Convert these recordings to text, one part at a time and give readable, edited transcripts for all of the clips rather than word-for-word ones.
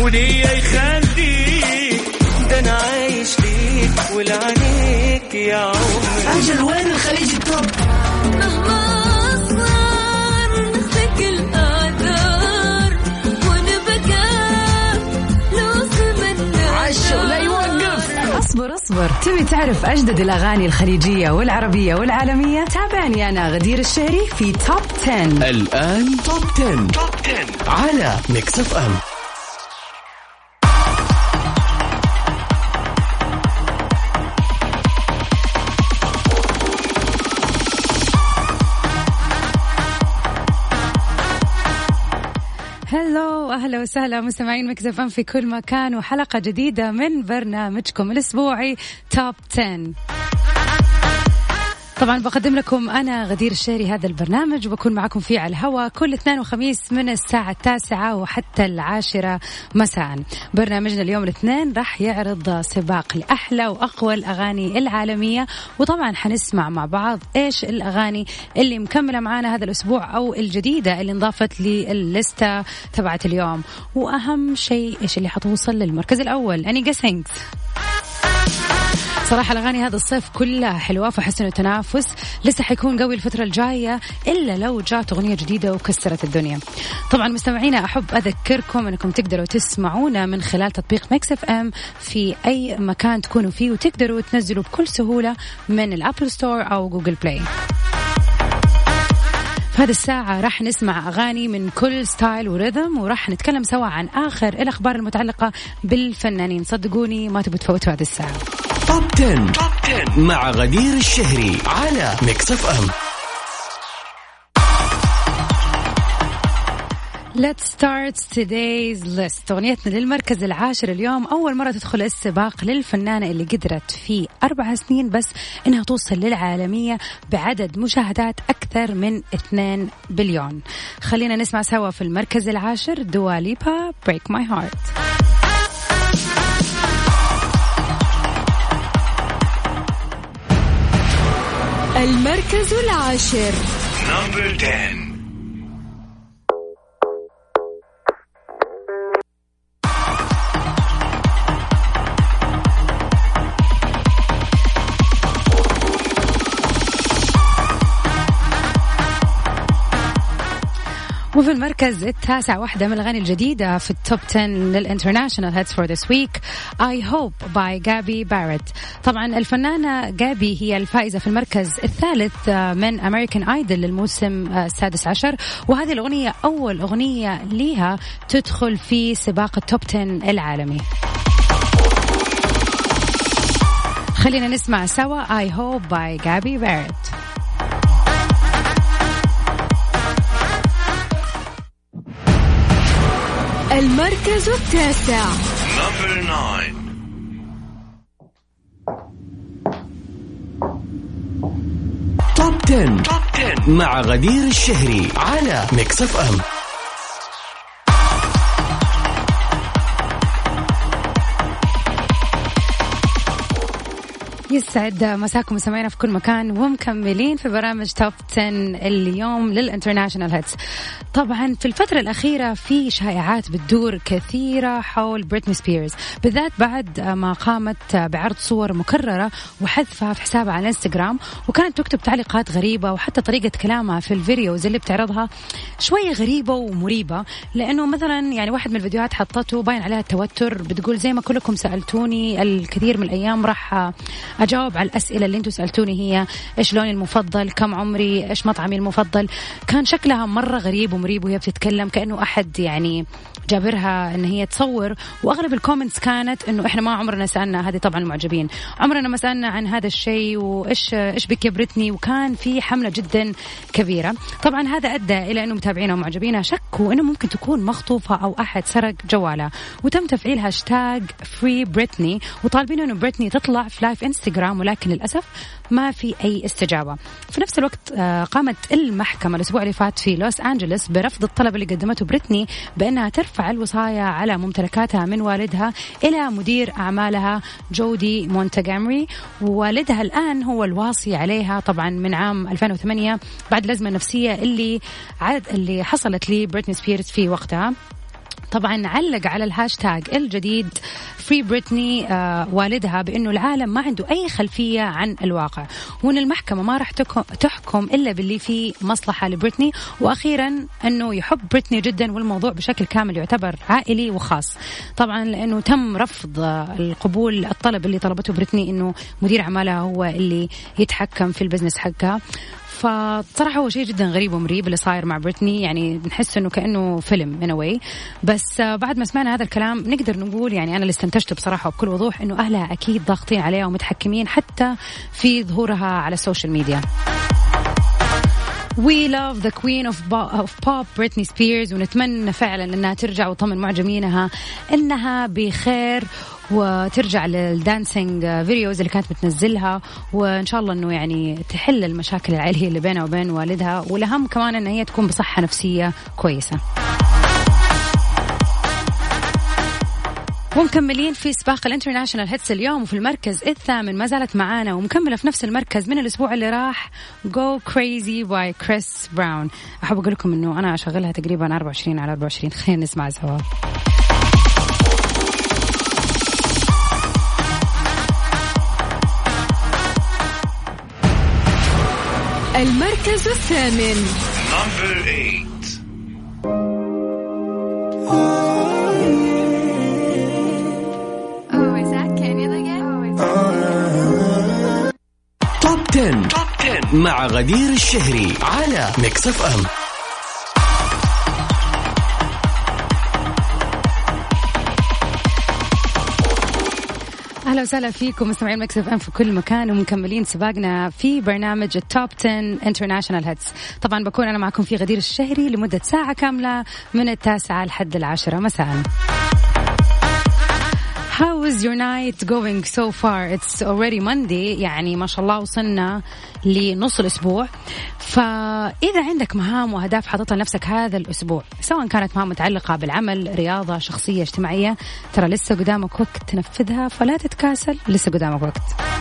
وليه يخليك ده أنا عايش ليك ولعنيك يا عمري. أجل وين الخليج التوب؟ اصبر تبي تعرف أجدد الأغاني الخليجية والعربية والعالمية؟ تابعني أنا غدير الشهري في توب 10. الآن توب 10 على ميكس اف ام. هلو أهلا وسهلا مستمعين ميكس اف ام في كل مكان، وحلقة جديدة من برنامجكم الأسبوعي توب 10. طبعا بقدم لكم أنا غدير الشهري هذا البرنامج، وبكون معكم فيه على الهواء كل اثنين وخميس من الساعة 9 وحتى 10 مساء. برنامجنا اليوم الاثنين راح يعرض سباق لأحلى وأقوى الأغاني العالمية، وطبعا حنسمع مع بعض إيش الأغاني اللي مكملة معانا هذا الأسبوع أو الجديدة اللي انضافت لللستة تبعت اليوم، وأهم شيء إيش اللي حتوصل للمركز الأول. أني جيسينج صراحة الأغاني هذا الصيف كلها حلوة، فحس إنه تنافس لسه حيكون قوي الفترة الجاية إلا لو جات أغنية جديدة وكسرت الدنيا. طبعا مستمعينا أحب أذكركم أنكم تقدروا تسمعونا من خلال تطبيق ميكس اف ام في أي مكان تكونوا فيه، وتقدروا تنزلوا بكل سهولة من الأبل ستور أو جوجل بلاي. في هذه الساعة راح نسمع أغاني من كل ستايل وريذم، وراح نتكلم سوا عن آخر الأخبار المتعلقة بالفنانين. صدقوني ما تبوا تفوتوا هذه الساعة. توب 10 مع غدير الشهري على ميكس اف ام. Let's start today's list. أغنيتنا للمركز العاشر اليوم أول مرة تدخل السباق للفنانة اللي قدرت في 4 سنين بس إنها توصل للعالمية بعدد مشاهدات أكثر من 2 بليون. خلينا نسمع سوا في المركز العاشر دوا ليبا Break My Heart. المركز العاشر Number 10. وفي المركز التاسع واحدة من الأغاني الجديدة في التوب 10 للإنترناشنال هيتس فور ذس ويك I Hope by Gabby Barrett. طبعا الفنانة جابي هي الفائزة في المركز الثالث من أمريكان آيدل للموسم السادس عشر، وهذه الأغنية أول أغنية لها تدخل في سباق التوب 10 العالمي. خلينا نسمع سوا I Hope by Gabby Barrett. المركز التاسع Number 9. توب 10 مع غدير الشهري على ميكس اف ام. يسعد مساكم سمعنا في كل مكان ومكملين في برامج توب 10 اليوم للانترناشنال هيتس. طبعا في الفترة الأخيرة في شائعات بتدور كثيرة حول بريتني سبيرز، بالذات بعد ما قامت بعرض صور مكررة وحذفها في حسابها على الانستغرام، وكانت تكتب تعليقات غريبة، وحتى طريقة كلامها في الفيديوز اللي بتعرضها شوية غريبة ومريبة. لأنه مثلا يعني واحد من الفيديوهات حطته باين عليها التوتر، بتقول زي ما كلكم سألتوني الكثير من الأيام راح أجاوب على الأسئلة اللي انتوا سألتوني، هي إيش لوني المفضل، كم عمري، إيش مطعمي المفضل. كان شكلها مرة غريب ومريب وهي بتتكلم، كأنه أحد يعني جابرها إن هي تصور. وأغلب الكومنتس كانت إنه إحنا ما عمرنا سألنا، هذه طبعا المعجبين، عمرنا ما سألنا عن هذا الشيء، وإيش بك يا بريتني. وكان في حملة جدا كبيرة. طبعا هذا أدى إلى إنه متابعينا ومعجبينها شكوا إنه ممكن تكون مخطوفة أو أحد سرق جوالها، وتم تفعيل هاشتاج فري بريتني، وطالبين إنه بريتني تطلع في لايف انستغرام، ولكن للأسف ما في أي استجابة. في نفس الوقت قامت المحكمة الأسبوع اللي فات في لوس أنجلوس برفض الطلب اللي قدمته بريتني بأنها ترفع الوصاية على ممتلكاتها من والدها إلى مدير أعمالها جودي مونتجامري، ووالدها الآن هو الواصي عليها طبعا من عام 2008 بعد الأزمة النفسية اللي حصلت لبريتني سبيرز في وقتها. طبعا علق على الهاشتاج الجديد فري بريتني والدها بأنه العالم ما عنده أي خلفية عن الواقع، وأن المحكمة ما راح تحكم إلا باللي فيه مصلحة لبريتني، وأخيرا أنه يحب بريتني جدا والموضوع بشكل كامل يعتبر عائلي وخاص. طبعا لأنه تم رفض القبول الطلب اللي طلبته بريتني أنه مدير أعمالها هو اللي يتحكم في البزنس حقها. فصراحة هو شيء جدا غريب ومريب اللي صاير مع بريتني، يعني نحس انه كأنه فيلم in a way. بس بعد ما سمعنا هذا الكلام نقدر نقول، يعني انا اللي استنتجته بصراحة وبكل وضوح، انه اهلها اكيد ضاغطين عليها ومتحكمين حتى في ظهورها على السوشيال ميديا. We love the queen of pop Britney Spears، ونتمنى فعلا انها ترجع وطمن معجبينها انها بخير وترجع للدانسينج فيديوز اللي كانت بتنزلها، وإن شاء الله أنه يعني تحل المشاكل العائلية اللي بينها وبين والدها، والأهم كمان أن هي تكون بصحة نفسية كويسة. ومكملين في سباق الانترناشنال هيتس اليوم، وفي المركز الثامن ما زالت معانا ومكملة في نفس المركز من الأسبوع اللي راح Go Crazy by Chris Brown. أحب أقول لكم أنه أنا أشغلها تقريبا 24/24. خلينا نسمع سوا. المركز الثامن. توب 10 مع غدير الشهري على ميكس اف ام. أهلا وسهلا فيكم مستمعين ميكس اف ام في كل مكان، ومكملين سباقنا في برنامج التوب 10 انترناشنال هيتس. طبعا بكون أنا معكم في غدير الشهري لمدة ساعة كاملة من 9 لحد 10 مساء. How is your night going so far? It's already Monday، يعني ما شاء الله وصلنا لنص الأسبوع. فإذا عندك مهام وأهداف حاططها لنفسك هذا الأسبوع، سواء كانت مهام متعلقة بالعمل، رياضة، شخصية، اجتماعية، ترى لسه قدامك وقت تنفذها، فلا تتكاسل، لسه قدامك وقت.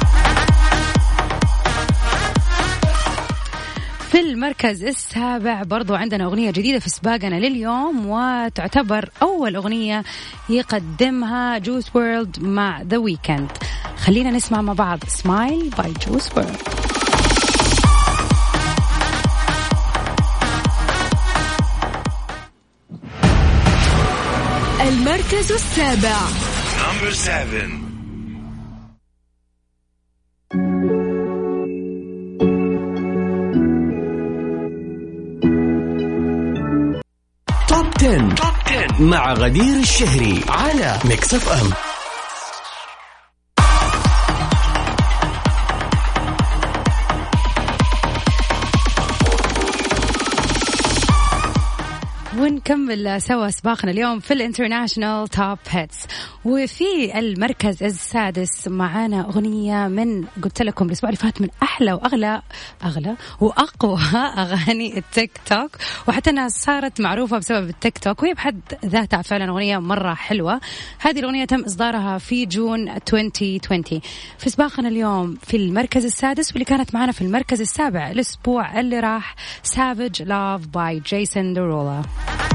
في المركز السابع برضو عندنا أغنية جديدة في سباقنا لليوم، وتعتبر أول أغنية يقدمها جوس وورلد مع ذا ويكند. خلينا نسمع مع بعض سمايل باي جوس وورلد. المركز السابع. Number 7. توب 10 مع غدير الشهري على ميكس اف ام. ونكمل سوا سباقنا اليوم في الانترناشنال توب هيتس. وفي المركز السادس معانا أغنية من قلت لكم الأسبوع اللي فات من أحلى وأغلى وأقوى أغاني التيك توك، وحتى أنها صارت معروفة بسبب التيك توك، وهي بحد ذاتها فعلا أغنية مرة حلوة. هذه الأغنية تم إصدارها في جون 2020. في سباقنا اليوم في المركز السادس، واللي كانت معنا في المركز السابع الأسبوع اللي راح Savage Love by Jason Derulo.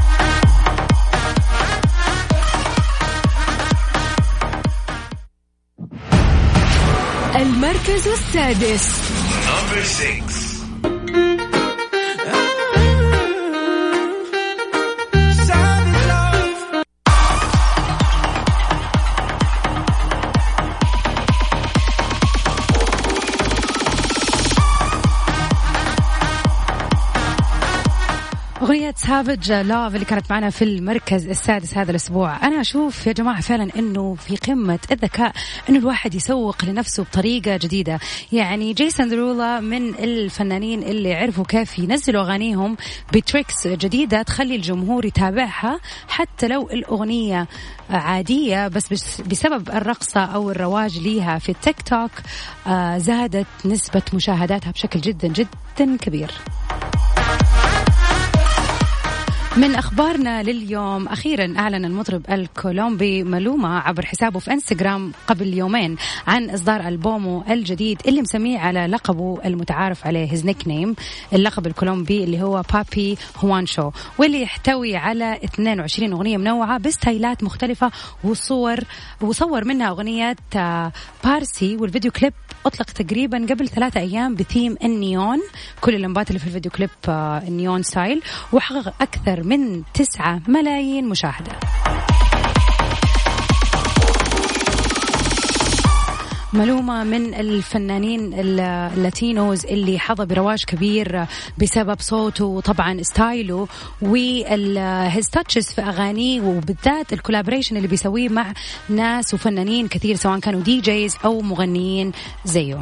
المركز السادس. Number 6. أغنية سافيج لوف اللي كانت معنا في المركز السادس هذا الأسبوع. أنا أشوف يا جماعة فعلا أنه في قمة الذكاء أنه الواحد يسوق لنفسه بطريقة جديدة. يعني جيسون ديرولا من الفنانين اللي عرفوا كيف ينزلوا أغانيهم بتريكس جديدة تخلي الجمهور يتابعها حتى لو الأغنية عادية، بس بسبب الرقصة أو الرواج ليها في التيك توك زادت نسبة مشاهداتها بشكل جدا جدا كبير. من أخبارنا لليوم، أخيرا أعلن المطرب الكولومبي مالوما عبر حسابه في إنستغرام قبل يومين عن إصدار ألبومه الجديد اللي مسميه على لقبه المتعارف عليه his nickname، اللقب الكولومبي اللي هو بابي هوانشو، واللي يحتوي على 22 أغنية منوعة بستايلات مختلفة وصور منها أغنية بارسي، والفيديو كليب أطلق تقريبا قبل 3 أيام بثيم النيون، كل اللمبات اللي في الفيديو كليب النيون ستايل، وحقق أكثر من 9 ملايين مشاهدة. مالوما من الفنانين اللاتينوز اللي حظى برواج كبير بسبب صوته وطبعا ستايله والهيز تاتشز في أغانيه، وبالذات الكولابريشن اللي بيسويه مع ناس وفنانين كثير سواء كانوا دي جيز أو مغنيين زيه.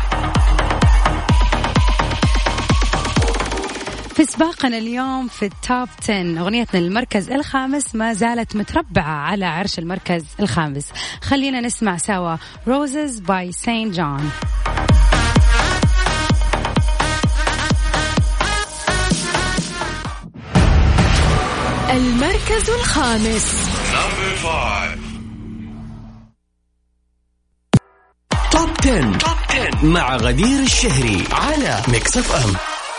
في سباقنا اليوم في التوب 10، أغنيتنا للمركز الخامس ما زالت متربعة على عرش المركز الخامس. خلينا نسمع سوا Roses by Saint John. المركز الخامس. Number 5. توب 10 مع غدير الشهري على ميكس اف ام.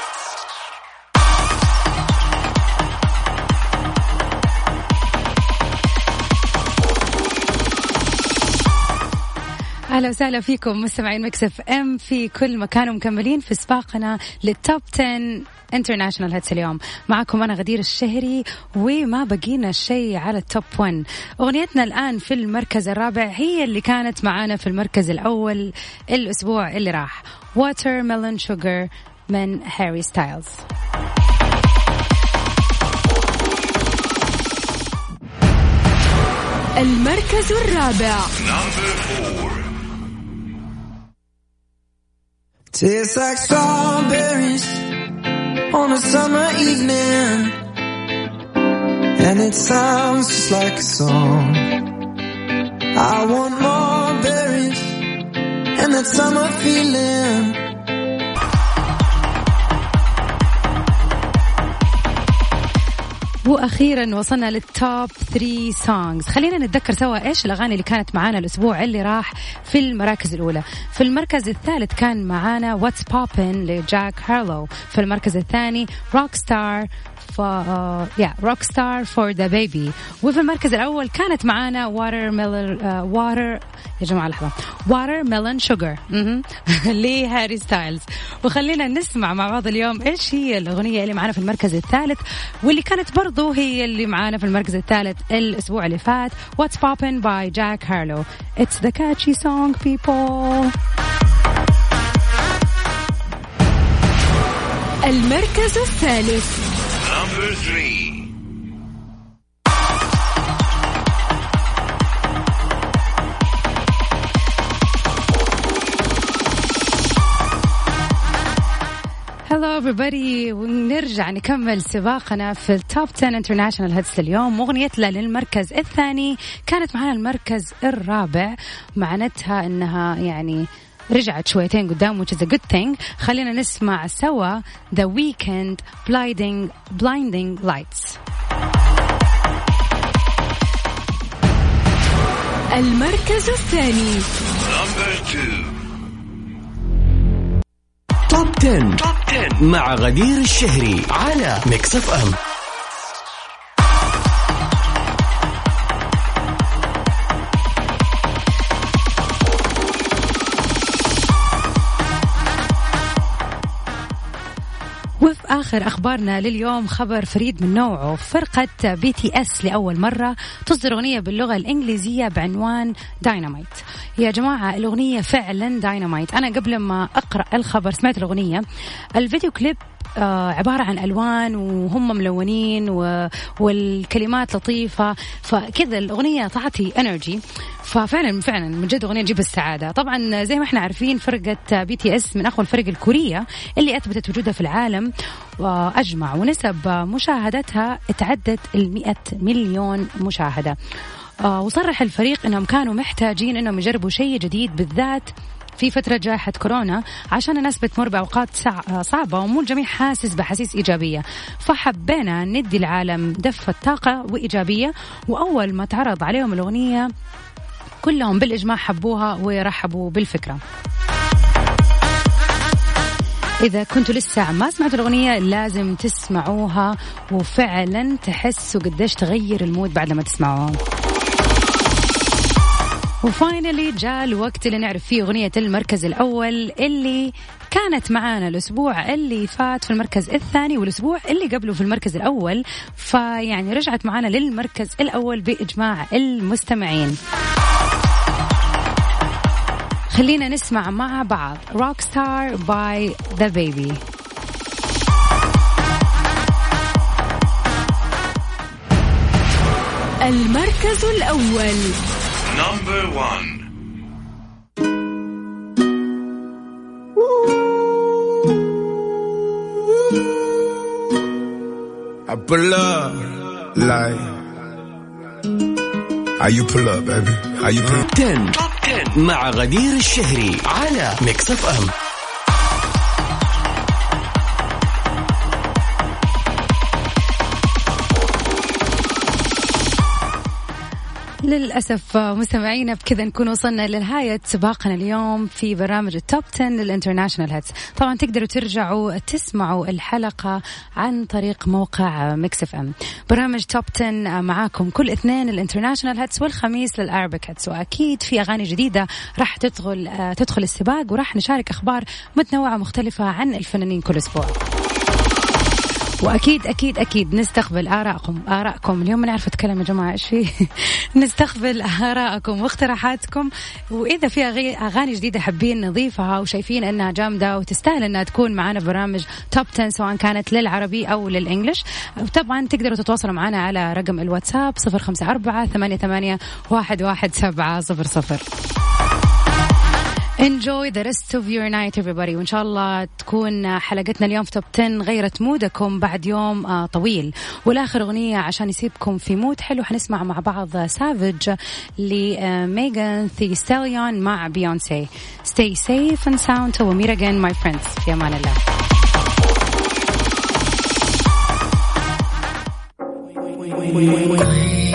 أهلا وسهلا فيكم مستمعين ميكس اف ام في كل مكان، ومكملين في سباقنا للتوب 10 انترناشنال هيتس. اليوم معكم أنا غدير الشهري، وما بقينا شيء على التوب 1. أغنيتنا الآن في المركز الرابع هي اللي كانت معانا في المركز الأول الأسبوع اللي راح، Watermelon Sugar من هاري ستايلز. المركز الرابع. Number 4. Tastes like strawberries on a summer evening, and it sounds just like a song. I want more berries and that summer feeling. وأخيرا وصلنا للتوب 3 سونجز. خلينا نتذكر سوا إيش الأغاني اللي كانت معانا الأسبوع اللي راح في المراكز الأولى. في المركز الثالث كان معانا What's Poppin' لجاك هارلو. في المركز الثاني Rockstar for the Baby. وفي المركز الأول كانت معانا Watermelon Sugar لهاري ستايلز. وخلينا نسمع مع بعض اليوم إيش هي الأغنية اللي معانا في المركز الثالث، واللي كانت برضو هي اللي معانا في المركز الثالث الأسبوع اللي فات، What's Poppin' by Jack Harlow. It's the catchy song, people. المركز الثالث. Number 3. Hello everybody، ونرجع نكمل سباقنا في التوب 10 انترناشنال هيتس اليوم. مغنيتنا للمركز الثاني كانت معنا المركز الرابع، معناتها انها يعني رجعت شويتين قدام which is a good thing. خلينا نسمع سوا The Weeknd Blinding Lights. المركز الثاني. Number 2. توب 10 مع غدير الشهري على ميكس اف ام. وفي آخر أخبارنا لليوم خبر فريد من نوعه. فرقة BTS لأول مرة تصدر أغنية باللغة الإنجليزية بعنوان دايناميت. يا جماعة الأغنية فعلا دايناميت. أنا قبل ما أقرأ الخبر سمعت الأغنية. الفيديو كليب عبارة عن ألوان وهم ملونين والكلمات لطيفة، فكذا الأغنية تعطي انرجي. ففعلا من جد أغنية تجيب السعادة. طبعا زي ما احنا عارفين فرقة BTS من أقوى الفرق الكورية اللي أثبتت وجودها في العالم وأجمع، ونسب مشاهدتها اتعدت 100 مليون مشاهدة. وصرح الفريق أنهم كانوا محتاجين أنهم يجربوا شيء جديد بالذات في فترة جائحة كورونا عشان الناس بتمر بأوقات صعبة ومو الجميع حاسس بحسيس إيجابية، فحبينا ندي العالم دفة طاقة وإيجابية. وأول ما تعرض عليهم الأغنية كلهم بالإجماع حبوها ورحبوا بالفكرة. إذا كنتوا لسه ما سمعتوا الأغنية لازم تسمعوها وفعلا تحسوا قديش تغير المود بعد ما تسمعوها. وفاينلي جاء الوقت اللي نعرف فيه أغنية المركز الأول اللي كانت معانا الأسبوع اللي فات في المركز الثاني والأسبوع اللي قبله في المركز الأول، فيعني رجعت معانا للمركز الأول بإجماع المستمعين. خلينا نسمع مع بعض Rockstar by The Baby. المركز الأول. Number 1. I pull up like how you pull up baby how you pull up. 10 مع غدير الشهري على ميكس اف ام. للأسف مستمعينا بكذا نكون وصلنا لنهاية سباقنا اليوم في برامج التوب 10 للإنترناشنال هيتس. طبعا تقدروا ترجعوا تسمعوا الحلقة عن طريق موقع ميكس اف ام. برامج توب 10 معاكم كل اثنين الإنترناشنال هيتس والخميس للأرابيك هيتس، وأكيد في أغاني جديدة راح تدخل السباق وراح نشارك أخبار متنوعة مختلفة عن الفنانين كل أسبوع. وأكيد أكيد أكيد نستقبل آراءكم. اليوم ما نعرف أتكلم يا جماعة إيش فيه. نستقبل آراءكم واقتراحاتكم، وإذا في أغاني جديدة حابين نضيفها وشايفين أنها جامدة وتستاهل أنها تكون معنا برامج توب 10 سواء كانت للعربي أو للإنجليش، طبعا تقدروا تتواصلوا معنا على رقم الواتساب 0548811700. Enjoy the rest of your night everybody، وإن شاء الله تكون حلقتنا اليوم في توب 10 غيرت مودكم بعد يوم طويل. والآخر أغنية عشان يسيبكم في مود حلو حنسمع مع بعض سافيج لميغان ثي ستاليون مع بيونسي. Stay safe and sound till we meet again my friends. في أمان الله.